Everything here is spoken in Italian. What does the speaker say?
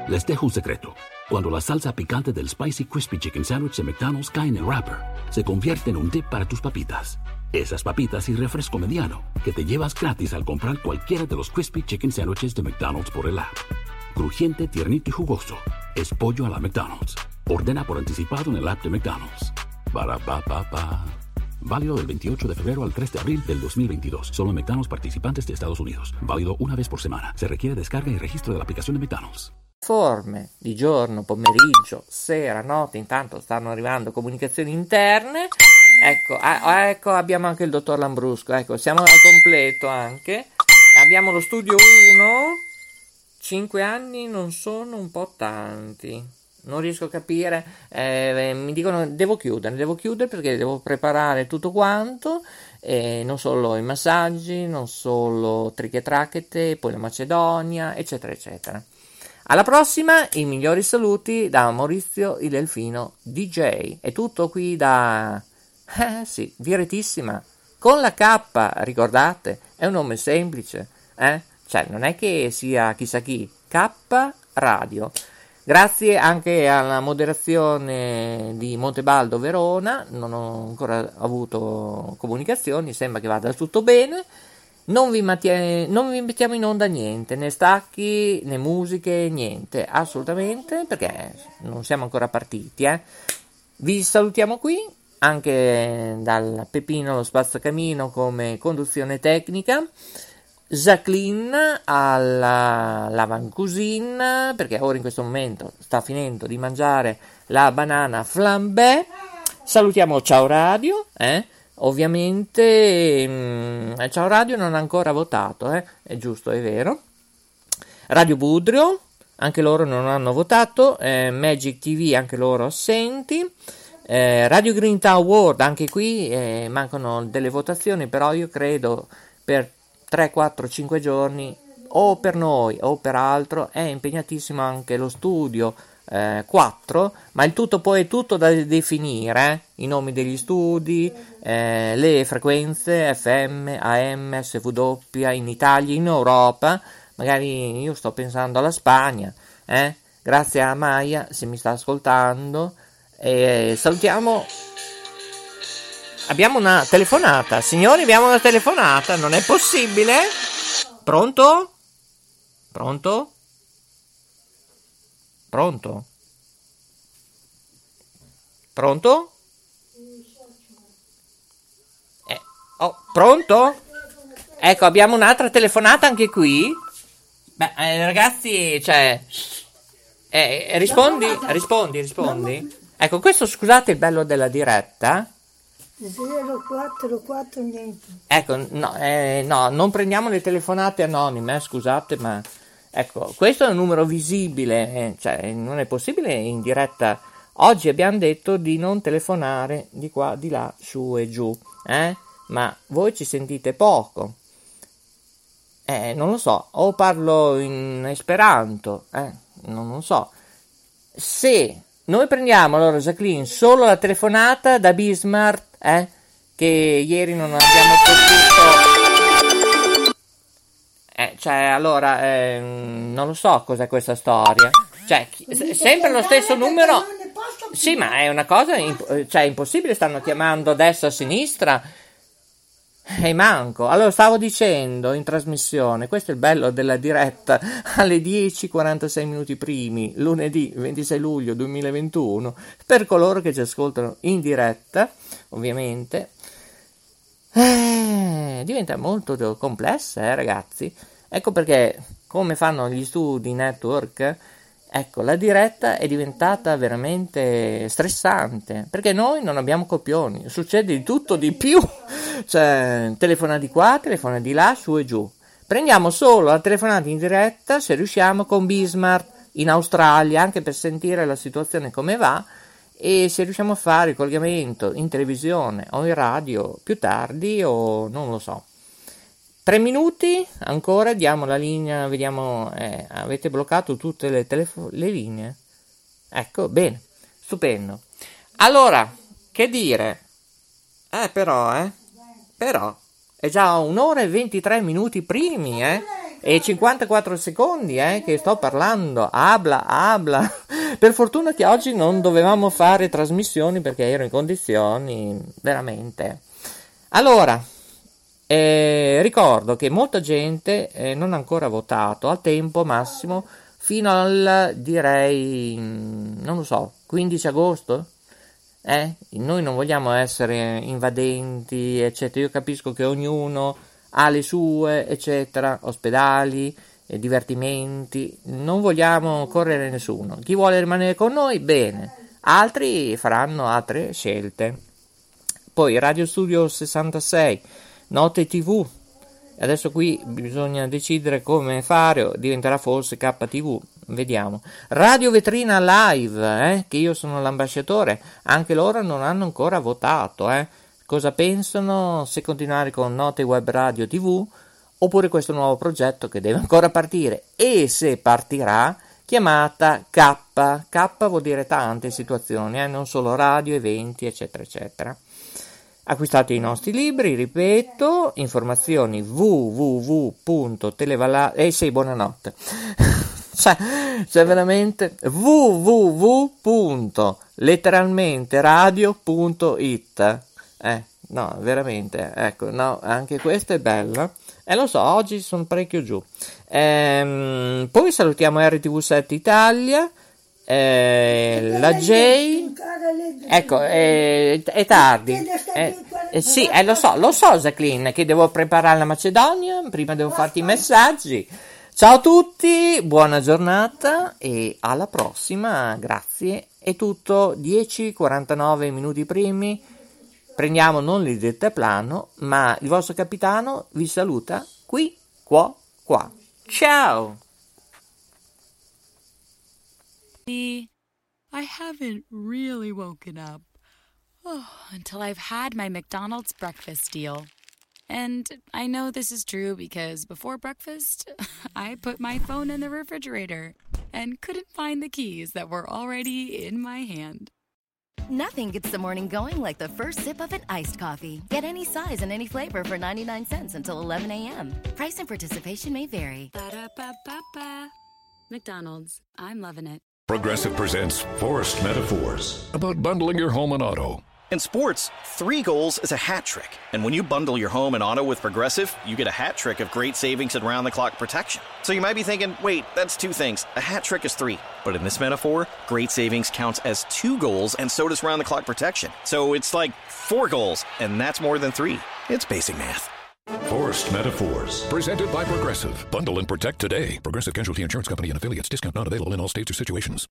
Les dejo un secreto. Cuando la salsa picante del Spicy Crispy Chicken Sandwich de McDonald's cae en el wrapper, se convierte en un dip para tus papitas. Esas papitas y refresco mediano que te llevas gratis al comprar cualquiera de los Crispy Chicken Sandwiches de McDonald's por el app. Crujiente, tiernito y jugoso. Es pollo a la McDonald's. Ordena por anticipado en el app de McDonald's. Ba, ba, ba. Válido del 28 de febrero al 3 de abril del 2022. Solo en McDonald's participantes de Estados Unidos. Válido una vez por semana. Se requiere descarga y registro de la aplicazione di McDonald's. Forme di giorno, pomeriggio, sera, notte, intanto stanno arrivando comunicazioni interne. Ecco, abbiamo anche il dottor Lambrusco, ecco, siamo al completo anche. Abbiamo lo studio 1. 5 anni non sono un po' tanti. Non riesco a capire, mi dicono devo chiudere perché devo preparare tutto quanto, non solo i massaggi, non solo triche trachete, poi la Macedonia, eccetera, eccetera. Alla prossima, i migliori saluti da Maurizio il Delfino DJ. È tutto qui da... sì, Viretissima. Con la K, ricordate? È un nome semplice, Cioè, non è che sia chissà chi. K Radio. Grazie anche alla moderazione di Montebaldo Verona. Non ho ancora avuto comunicazioni, sembra che vada tutto bene. Non vi mettiamo in onda niente, né stacchi, né musiche, niente, assolutamente, perché non siamo ancora partiti, Vi salutiamo qui, anche dal Pepino lo Spazzacamino come conduzione tecnica, Jacqueline alla Lavan Cuisine, perché ora in questo momento sta finendo di mangiare la banana flambé. Salutiamo Ciao Radio, Ovviamente Ciao Radio non ha ancora votato, è giusto, è vero. Radio Budrio, anche loro non hanno votato. Magic TV, anche loro assenti. Radio Green Town World, anche qui mancano delle votazioni, però io credo per 3, 4, 5 giorni o per noi o per altro è impegnatissimo anche lo studio 4, ma il tutto poi è tutto da definire, i nomi degli studi, le frequenze FM, AM, SW in Italia, in Europa, magari io sto pensando alla Spagna, grazie a Maya se mi sta ascoltando, salutiamo. Abbiamo una telefonata, signori, abbiamo una telefonata, non è possibile? Pronto? Pronto? Pronto? Pronto? Pronto? Ecco, abbiamo un'altra telefonata anche qui. Beh, ragazzi, cioè... rispondi. Ecco, questo, scusate, il bello della diretta. 044 niente. Ecco, no, non prendiamo le telefonate anonime, scusate, ma... Ecco, questo è un numero visibile, cioè non è possibile in diretta. Oggi abbiamo detto di non telefonare di qua, di là, su e giù, ma voi ci sentite poco. Non lo so, o parlo in esperanto, non lo so. Se noi prendiamo allora, Jacqueline, solo la telefonata da Bismarck, che ieri non abbiamo potuto... cioè, allora, non lo so cos'è questa storia. Cioè, sempre lo stesso numero. Sì, ma è una cosa, cioè, impossibile, stanno chiamando a destra e a sinistra. E manco. Allora, stavo dicendo in trasmissione, questo è il bello della diretta, alle 10:46 minuti primi, lunedì 26 luglio 2021, per coloro che ci ascoltano in diretta, ovviamente. Diventa molto complessa, ragazzi. Ecco perché, come fanno gli studi network, ecco, la diretta è diventata veramente stressante, perché noi non abbiamo copioni, succede di tutto di più, cioè telefona di qua, telefona di là, su e giù. Prendiamo solo la telefonata in diretta, se riusciamo, con Bismarck in Australia, anche per sentire la situazione come va, e se riusciamo a fare il collegamento in televisione o in radio più tardi, o non lo so. 3 minuti, ancora, diamo la linea, vediamo, avete bloccato tutte le linee? Ecco, bene, stupendo. Allora, che dire? Però, è già 1 ora e 23 minuti primi, E 54 secondi che sto parlando, habla. Per fortuna che oggi non dovevamo fare trasmissioni perché ero in condizioni veramente. Allora, ricordo che molta gente non ha ancora votato a tempo massimo fino al, direi, non lo so, 15 agosto? Noi non vogliamo essere invadenti, eccetera. Io capisco che ognuno ha le sue, eccetera, ospedali, divertimenti, non vogliamo correre nessuno. Chi vuole rimanere con noi, bene, altri faranno altre scelte. Poi Radio Studio 66, Note TV, adesso qui bisogna decidere come fare, diventerà forse KTV, vediamo. Radio Vetrina Live, che io sono l'ambasciatore, anche loro non hanno ancora votato, cosa pensano, se continuare con Note Web Radio TV oppure questo nuovo progetto che deve ancora partire, e se partirà, chiamata K vuol dire tante situazioni, non solo radio, eventi, eccetera eccetera. Acquistate i nostri libri, ripeto, informazioni buonanotte. cioè veramente www.letteralmente-radio.it. No, veramente, ecco, no, anche questa è bella. Lo so, oggi sono parecchio giù. Poi salutiamo RTV7 Italia, la J. Ecco, è tardi. Sì, lo so, Jacqueline, che devo preparare la Macedonia, prima devo farti i messaggi. Ciao a tutti, buona giornata e alla prossima, grazie. È tutto, 10:49 minuti primi. Prendiamo non il deltaplano, ma il vostro capitano vi saluta qui, qua. Ciao! I haven't really woken up until I've had my McDonald's breakfast deal. And I know this is true because before breakfast, I put my phone in the refrigerator and couldn't find the keys that were already in my hand. Nothing gets the morning going like the first sip of an iced coffee. Get any size and any flavor for 99 cents until 11 a.m. Price and participation may vary. Ba-da-ba-ba-ba. McDonald's. I'm loving it. Progressive presents Forced Metaphors about bundling your home and auto. In sports, 3 goals is a hat trick. And when you bundle your home and auto with Progressive, you get a hat trick of great savings and round-the-clock protection. So you might be thinking, wait, that's 2 things. A hat trick is 3. But in this metaphor, great savings counts as 2 goals, and so does round-the-clock protection. So it's like 4 goals, and that's more than 3. It's basic math. Forced Metaphors, presented by Progressive. Bundle and protect today. Progressive Casualty Insurance Company and affiliates. Discount not available in all states or situations.